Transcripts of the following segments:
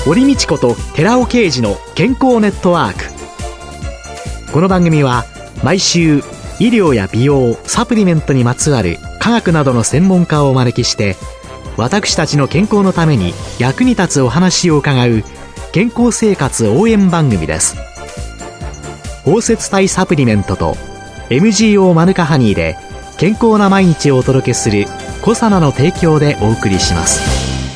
堀道子と寺尾啓二の健康ネットワーク。この番組は毎週医療や美容、サプリメントにまつわる科学などの専門家をお招きして、私たちの健康のために役に立つお話を伺う健康生活応援番組です。包摂体サプリメントと MGO マヌカハニーで健康な毎日をお届けするコサナの提供でお送りします。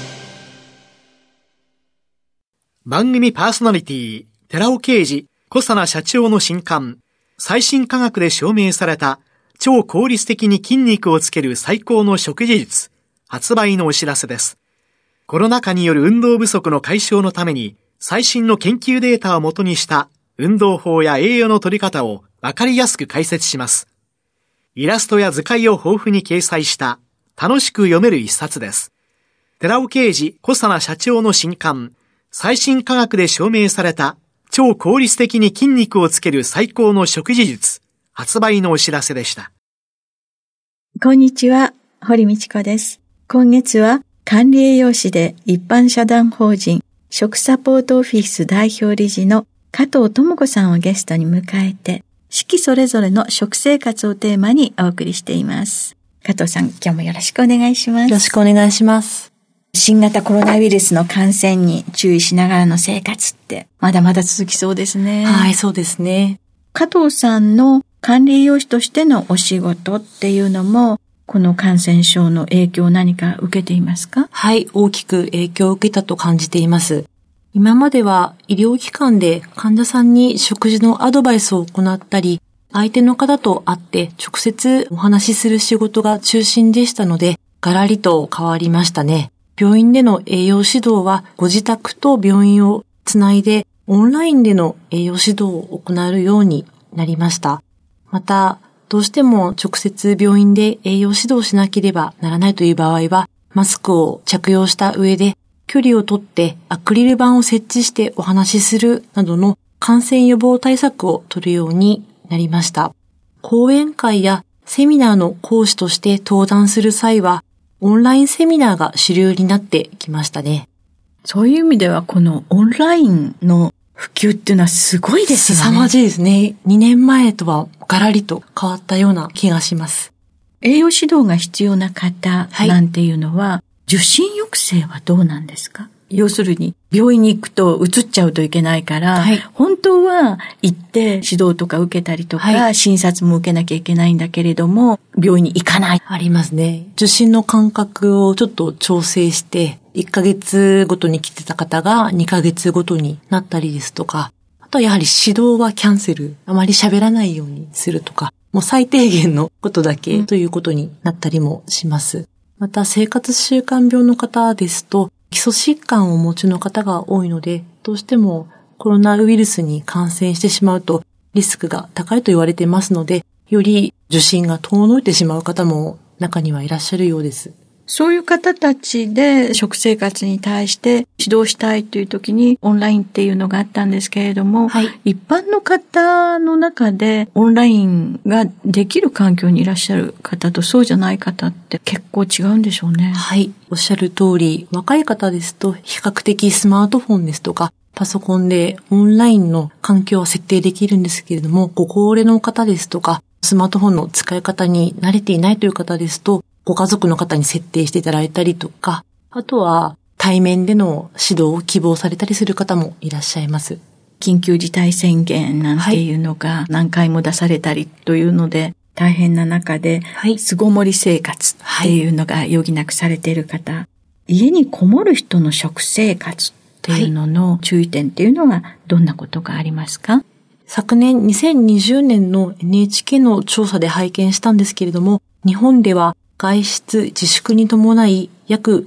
番組パーソナリティ寺尾啓二、コサナ社長の新刊、最新科学で証明された超効率的に筋肉をつける最高の食事術発売のお知らせです。コロナ禍による運動不足の解消のために最新の研究データをもとにした運動法や栄養の取り方をわかりやすく解説します。イラストや図解を豊富に掲載した楽しく読める一冊です。寺尾啓二、コサナ社長の新刊、最新科学で証明された超効率的に筋肉をつける最高の食事術発売のお知らせでした。 こんにちは、堀道子です。今月は管理栄養士で一般社団法人食サポートオフィス代表理事の加藤智子さんをゲストに迎えて、四季それぞれの食生活をテーマにお送りしています。加藤さん、今日もよろしくお願いします。 よろしくお願いします。 新型コロナウイルスの感染に注意しながらの生活ってまだまだ続きそうですね。 はい、そうですね。 加藤さんの管理栄養士としてのお仕事っていうのも、この感染症の影響を何か受けていますか？ はい、大きく影響を受けたと感じています。今までは医療機関で患者さんに食事のアドバイスを行ったり、相手の方と会って直接お話しする仕事が中心でしたので、ガラリと変わりましたね。病院での栄養指導はご自宅と病院をつないでオンラインでの栄養指導を行うようになりました。また、どうしても直接病院で栄養指導しなければならないという場合は、マスクを着用した上で距離をとってアクリル板を設置してお話しするなどの感染予防対策を取るようになりました。講演会やセミナーの講師として登壇する際は、オンラインセミナーが主流になってきましたね。 そういう意味ではこのオンラインの普及っていうのはすごいですね。 凄まじいですね。2年前とはガラリと変わったような気がします。 栄養指導が必要な方なんていうのは、受診抑制はどうなんですか？要するに病院に行くと移っちゃうといけないから、本当は行って指導とか受けたりとか、診察も受けなきゃいけないんだけれども、病院に行かない。 ありますね。受診の間隔をちょっと調整して、1ヶ月ごとに来てた方が2ヶ月ごとになったりですとか、あとはやはり指導はキャンセル、あまり喋らないようにするとか、もう最低限のことだけということになったりもします。また生活習慣病の方ですと、基礎疾患をお持ちの方が多いので、どうしてもコロナウイルスに感染してしまうとリスクが高いと言われていますので、より受診が遠のいてしまう方も中にはいらっしゃるようです。 そういう方たちで食生活に対して指導したいという時にオンラインっていうのがあったんですけれども、一般の方の中でオンラインができる環境にいらっしゃる方とそうじゃない方って結構違うんでしょうね。 はい、おっしゃる通り、若い方ですと比較的スマートフォンですとかパソコンでオンラインの環境は設定できるんですけれども、ご高齢の方ですとかスマートフォンの使い方に慣れていないという方ですと、ご家族の方に設定していただいたりとか、あとは対面での指導を希望されたりする方もいらっしゃいます。 緊急事態宣言なんていうのが何回も出されたりというので、大変な中で、巣ごもり生活っていうのが余儀なくされている方、家にこもる人の食生活っていうのの注意点っていうのはどんなことがありますか？ 昨年2020年の NHK の調査で拝見したんですけれども、日本では外出自粛に伴い約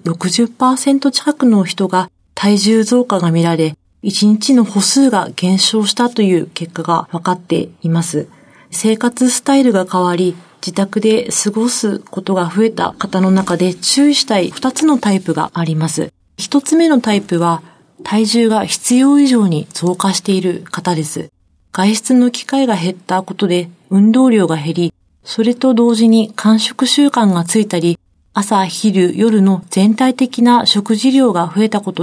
60% 近くの人が体重増加が見られ、1日の歩数が減少したという結果が分かっています。生活スタイルが変わり、自宅で過ごすことが増えた方の中で注意したい2つのタイプがあります。1つ目のタイプは、体重が必要以上に増加している方です。外出の機会が減ったことで運動量が減り、それと同時に間食習慣がついたり、朝、昼、夜の全体的な食事量が増えたことで、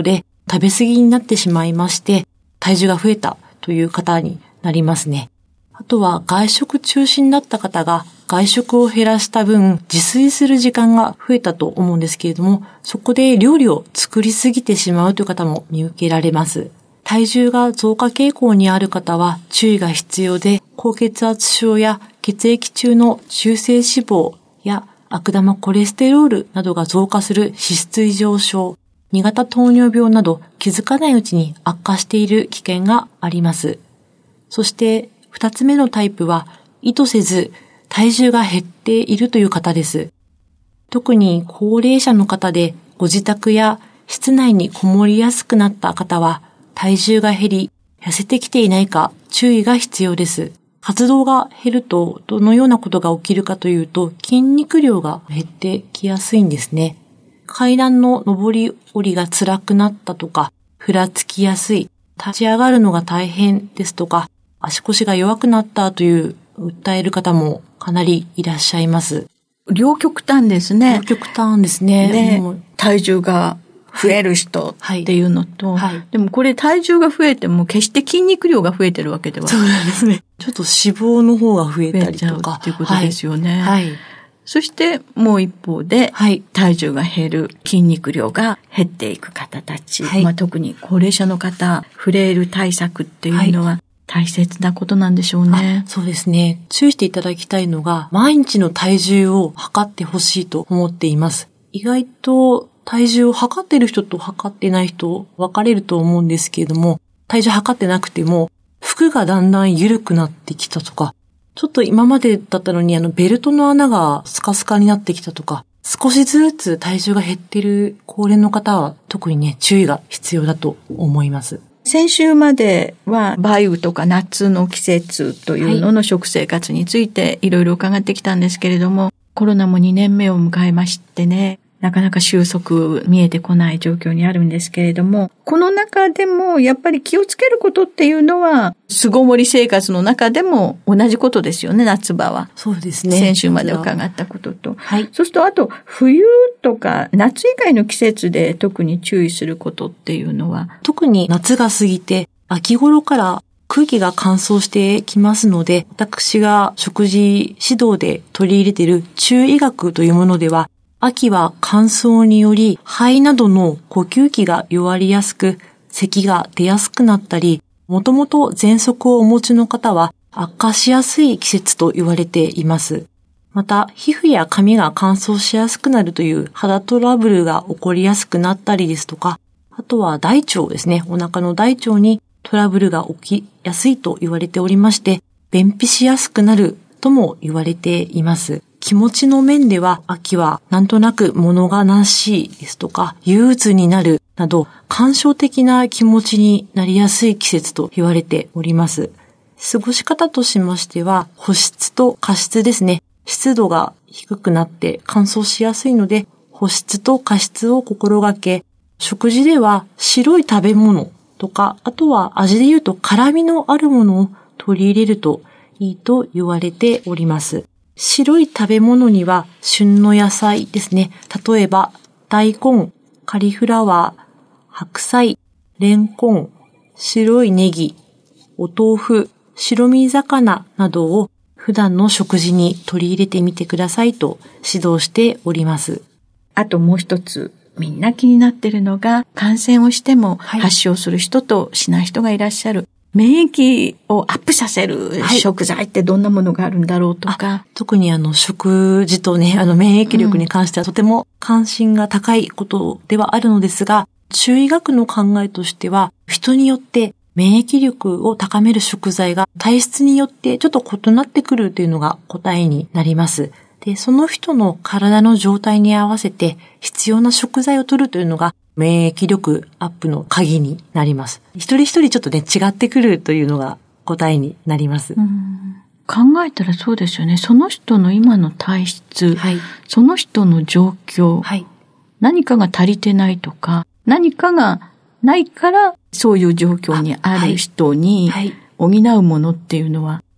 食べ過ぎになってしまいまして、体重が増えたという方になりますね。あとは外食中心だった方が外食を減らした分、自炊する時間が増えたと思うんですけれども、そこで料理を作りすぎてしまうという方も見受けられます。体重が増加傾向にある方は注意が必要で、高血圧症や血液中の中性脂肪や悪玉コレステロールなどが増加する脂質異常症、2型糖尿病など気づかないうちに悪化している危険があります。そして2つ目のタイプは意図せず体重が減っているという方です。特に高齢者の方でご自宅や室内にこもりやすくなった方は体重が減り痩せてきていないか注意が必要です。活動が減るとどのようなことが起きるかというと筋肉量が減ってきやすいんですね。階段の上り下りが辛くなったとか、ふらつきやすい、立ち上がるのが大変ですとか、足腰が弱くなったという訴える方もかなりいらっしゃいます。 両極端ですね。 両極端ですね。 体重が増える人っていうのと、でもこれ体重が増えても決して筋肉量が増えてるわけではそうなんですね。ちょっと脂肪の方が増えたりとか。 っていうことですよね。そしてもう一方で、体重が減る、筋肉量が減っていく方たち、特に高齢者の方、フレイル対策っていうのは大切なことなんでしょうね。 そうですね。注意していただきたいのが、毎日の体重を測ってほしいと思っています。意外と体重を測っている人と測っていない人分かれると思うんですけれども、体重測ってなくても、服がだんだん緩くなってきたとか、ちょっと今までだったのにベルトの穴がスカスカになってきたとか、少しずつ体重が減っている高齢の方は特にね、注意が必要だと思います。 先週までは梅雨とか夏の季節というのの食生活についていろいろ伺ってきたんですけれども、コロナも2年目を迎えましてね、なかなか収束見えてこない状況にあるんですけれども、この中でもやっぱり気をつけることっていうのは、巣ごもり生活の中でも同じことですよね、夏場は。 そうですね。 先週まで伺ったことと。そうすると、あと、冬とか夏以外の季節で特に注意することっていうのは、 特に夏が過ぎて、秋頃から空気が乾燥してきますので、私が食事指導で取り入れている中医学というものでは、秋は乾燥により肺などの呼吸器が弱りやすく、咳が出やすくなったり、もともと喘息をお持ちの方は悪化しやすい季節と言われています。また、皮膚や髪が乾燥しやすくなるという肌トラブルが起こりやすくなったりですとか、あとは大腸ですね。お腹の大腸にトラブルが起きやすいと言われておりまして、便秘しやすくなるとも言われています。気持ちの面では、秋はなんとなく物悲しいですとか、憂鬱になるなど、感傷的な気持ちになりやすい季節と言われております。過ごし方としましては、保湿と加湿ですね。湿度が低くなって乾燥しやすいので、保湿と加湿を心がけ、食事では白い食べ物とか、あとは味で言うと辛みのあるものを取り入れるといいと言われております。白い食べ物には旬の野菜ですね。例えば大根、カリフラワー、白菜、レンコン、白いネギ、お豆腐、白身魚などを普段の食事に取り入れてみてくださいと指導しております。 あともう一つ、みんな気になっているのが、感染をしても発症する人としない人がいらっしゃる。免疫をアップさせる食材ってどんなものがあるんだろうとか。 特に食事とね、免疫力に関してはとても関心が高いことではあるのですが、中医学の考えとしては、人によって免疫力を高める食材が体質によってちょっと異なってくるというのが答えになります。で、その人の体の状態に合わせて必要な食材を取るというのが免疫力アップの鍵になります。一人一人ちょっとね、違ってくるというのが答えになります。 考えたらそうですよね。その人の今の体質、その人の状況、何かが足りてないとか、何かがないからそういう状況にある人に補うものっていうのは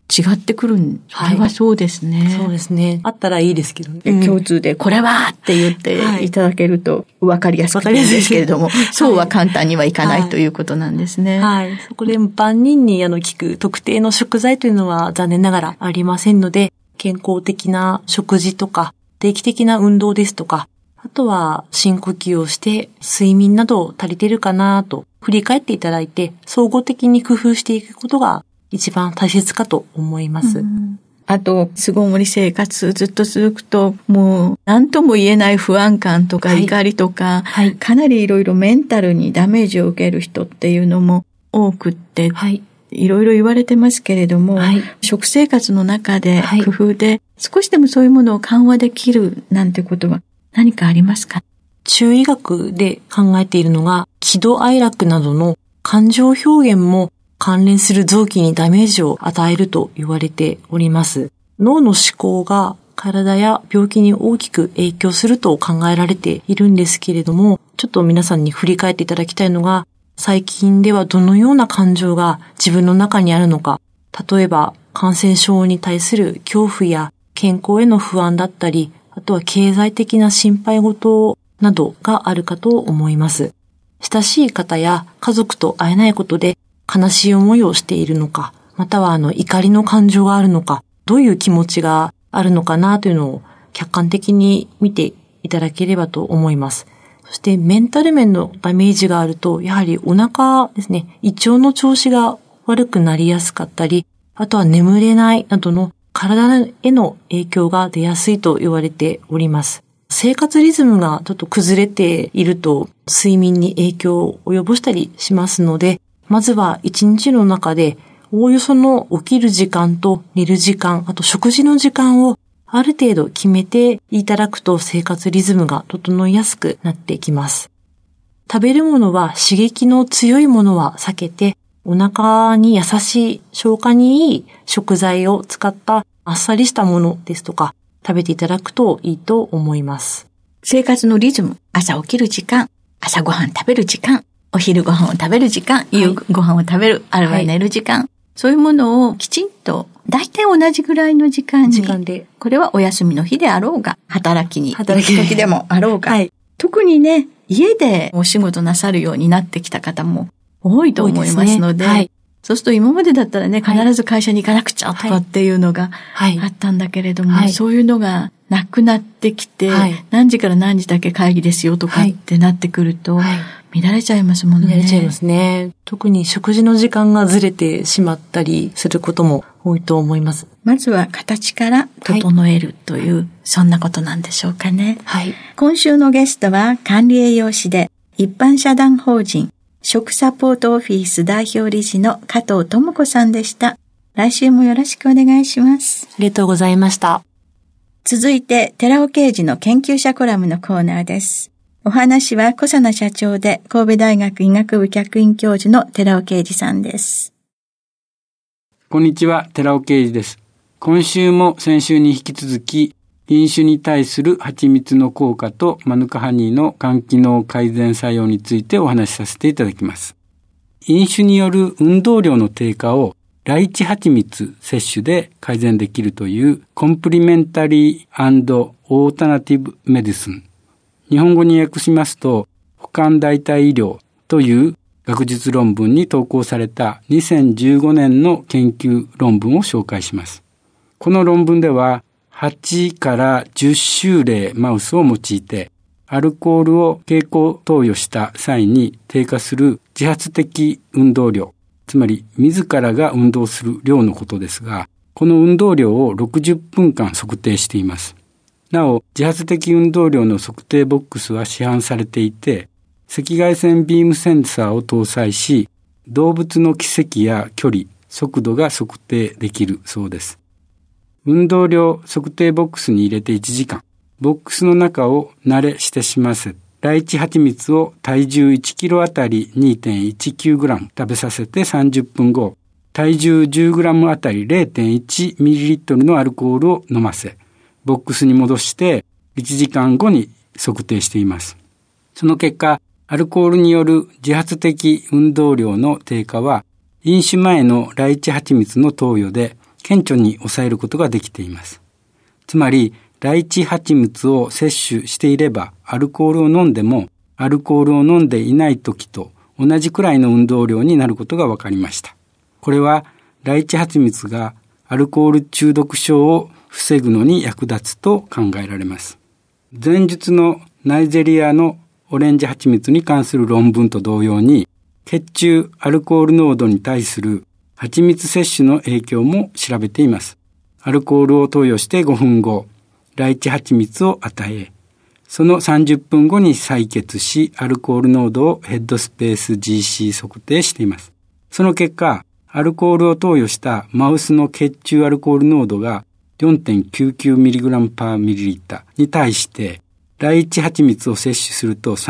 違ってくるん。それはそうですね。 そうですね。あったらいいですけどね。 共通でこれはって言っていただけると分かりやすくていいんですけれども、そうは簡単にはいかないということなんですね。 はい。そこで万人に効く特定の食材というのは残念ながらありませんので、健康的な食事とか定期的な運動ですとか、あとは深呼吸をして睡眠など足りてるかなと振り返っていただいて、総合的に工夫していくことが一番大切かと思います。 あと、巣ごもり生活ずっと続くと、もう何とも言えない不安感とか怒りとか、かなりいろいろメンタルにダメージを受ける人っていうのも多くって、いろいろ言われてますけれども、食生活の中で工夫で少しでもそういうものを緩和できるなんてことは何かありますか？ 中医学で考えているのが、喜怒哀楽などの感情表現も関連する臓器にダメージを与えると言われております。脳の思考が体や病気に大きく影響すると考えられているんですけれども、ちょっと皆さんに振り返っていただきたいのが、最近ではどのような感情が自分の中にあるのか、例えば感染症に対する恐怖や健康への不安だったり、あとは経済的な心配事などがあるかと思います。親しい方や家族と会えないことで悲しい思いをしているのか、または怒りの感情があるのか、どういう気持ちがあるのかなというのを客観的に見ていただければと思います。そしてメンタル面のダメージがあると、やはりお腹ですね、胃腸の調子が悪くなりやすかったり、あとは眠れないなどの体への影響が出やすいと言われております。生活リズムがちょっと崩れていると睡眠に影響を及ぼしたりしますので、まずは一日の中でおおよその起きる時間と寝る時間、あと食事の時間をある程度決めていただくと生活リズムが整いやすくなってきます。食べるものは刺激の強いものは避けて、お腹に優しい消化にいい食材を使ったあっさりしたものですとか食べていただくといいと思います。 生活のリズム、朝起きる時間、朝ごはん食べる時間、お昼ご飯を食べる時間、夕ご飯を食べる、あるいは寝る時間、そういうものをきちんとだいたい同じぐらいの時間で、これはお休みの日であろうが、働きに行く時でもあろうが、特にね、家でお仕事なさるようになってきた方も多いと思いますので、そうすると今までだったらね、必ず会社に行かなくちゃとかっていうのがあったんだけれども、そういうのがなくなってきて、何時から何時だけ会議ですよとかってなってくると、乱れちゃいますもんね。 乱れちゃいますね。特に食事の時間がずれてしまったりすることも多いと思います。 まずは形から整えるという、そんなことなんでしょうかね。今週のゲストは管理栄養士で一般社団法人食サポートオフィス代表理事の加藤智子さんでした。来週もよろしくお願いします。 ありがとうございました。 続いて、寺尾啓二の研究者コラムのコーナーです。お話は小佐奈社長で神戸大学医学部客員教授の寺尾啓二さんです。 こんにちは、寺尾啓二です。今週も先週に引き続き、飲酒に対する蜂蜜の効果とマヌカハニーの肝機能改善作用についてお話しさせていただきます。飲酒による運動量の低下をライチ蜂蜜摂取で改善できるというコンプリメンタリー&オータナティブメディスン。日本語に訳しますと、補完代替医療という学術論文に投稿された2015年の研究論文を紹介します。この論文では、8から10週例マウスを用いて、アルコールを経口投与した際に低下する自発的運動量、つまり自らが運動する量のことですが、この運動量を60分間測定しています。なお、自発的運動量の測定ボックスは市販されていて、赤外線ビームセンサーを搭載し、動物の軌跡や距離、速度が測定できるそうです。運動量測定ボックスに入れて1時間、ボックスの中を慣れしてしませ、ライチ蜂蜜を体重1キロあたり 2.19 グラム食べさせて30分後、体重10グラムあたり 0.1 ミリリットルのアルコールを飲ませ、ボックスに戻して1時間後に測定しています。その結果、アルコールによる自発的運動量の低下は、飲酒前のライチ蜂蜜の投与で顕著に抑えることができています。つまり、ライチ蜂蜜を摂取していれば、アルコールを飲んでも、アルコールを飲んでいない時と同じくらいの運動量になることが分かりました。これは、ライチ蜂蜜がアルコール中毒症を防ぐのに役立つと考えられます。前述のナイジェリアのオレンジ蜂蜜に関する論文と同様に、血中アルコール濃度に対する蜂蜜摂取の影響も調べています。アルコールを投与して5分後、ライチ蜂蜜を与え、その30分後に採血し、アルコール濃度をヘッドスペース GC 測定しています。その結果、アルコールを投与したマウスの血中アルコール濃度が 4.99mg/ml に対して、ライチ蜂蜜を摂取すると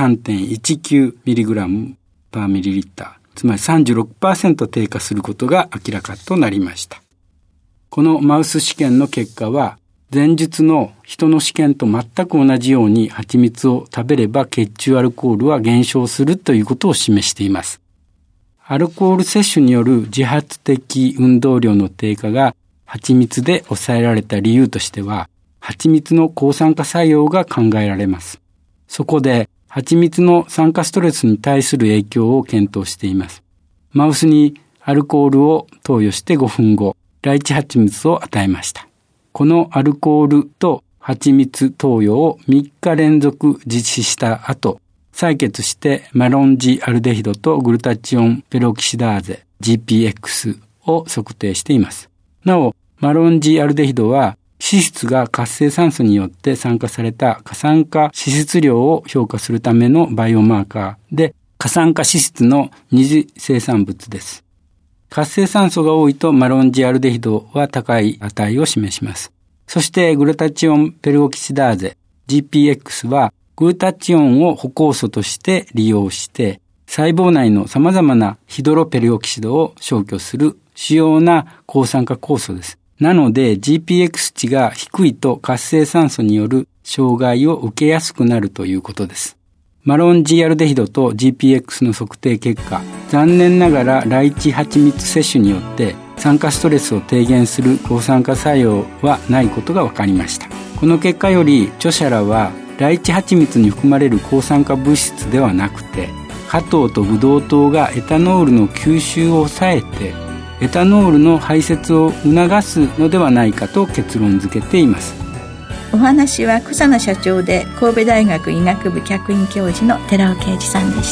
3.19mg/ml、つまり 36% 低下することが明らかとなりました。このマウス試験の結果は、前述の人の試験と全く同じように蜂蜜を食べれば血中アルコールは減少するということを示しています。アルコール摂取による自発的運動量の低下が蜂蜜で抑えられた理由としては、蜂蜜の抗酸化作用が考えられます。そこで、蜂蜜の酸化ストレスに対する影響を検討しています。マウスにアルコールを投与して5分後、ライチ蜂蜜を与えました。このアルコールと蜂蜜投与を3日連続実施した後、採血してマロンジアルデヒドとグルタチオンペロキシダーゼ GPX を測定しています。なお、マロンジアルデヒドは脂質が活性酸素によって酸化された過酸化脂質量を評価するためのバイオマーカーで、過酸化脂質の二次生産物です。活性酸素が多いとマロンジアルデヒドは高い値を示します。そしてグルタチオンペルオキシダーゼ GPX はグルタチオンを補酵素として利用して細胞内の様々なヒドロペルオキシドを消去する主要な抗酸化酵素です。なので GPX 値が低いと活性酸素による障害を受けやすくなるということです。マロンジアルデヒドと GPX の測定結果、残念ながらライチ蜂蜜摂取によって酸化ストレスを低減する抗酸化作用はないことが分かりました。この結果より著者らはライチ蜂蜜に含まれる抗酸化物質ではなくて、果糖とブドウ糖がエタノールの吸収を抑えてエタノールの排泄を促すのではないかと結論付けています。 お話は小佐奈社長で神戸大学医学部客員教授の寺尾啓二さんでした。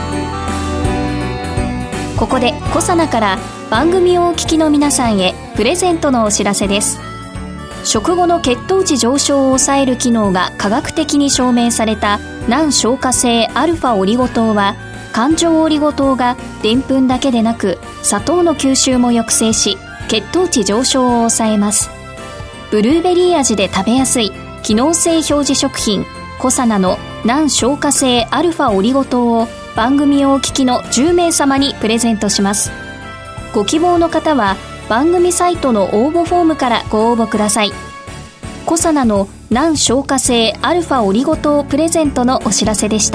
ここで小佐奈から番組をお聞きの皆さんへプレゼントのお知らせです。食後の血糖値上昇を抑える機能が科学的に証明された難消化性アルファオリゴ糖は、環状オリゴ糖がでんぷんだけでなく砂糖の吸収も抑制し、血糖値上昇を抑えます。ブルーベリー味で食べやすい機能性表示食品コサナの難消化性アルファオリゴ糖を番組をお聞きの10名様にプレゼントします。ご希望の方は番組サイトの応募フォームからご応募ください。コサナの難消化性アルファオリゴ糖プレゼントのお知らせでした。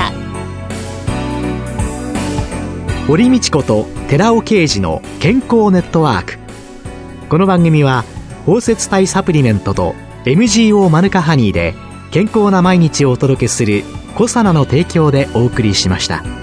堀道子と寺尾啓二の健康ネットワーク。この番組は包摂体サプリメントと MGO マヌカハニーで健康な毎日をお届けするコサナの提供でお送りしました。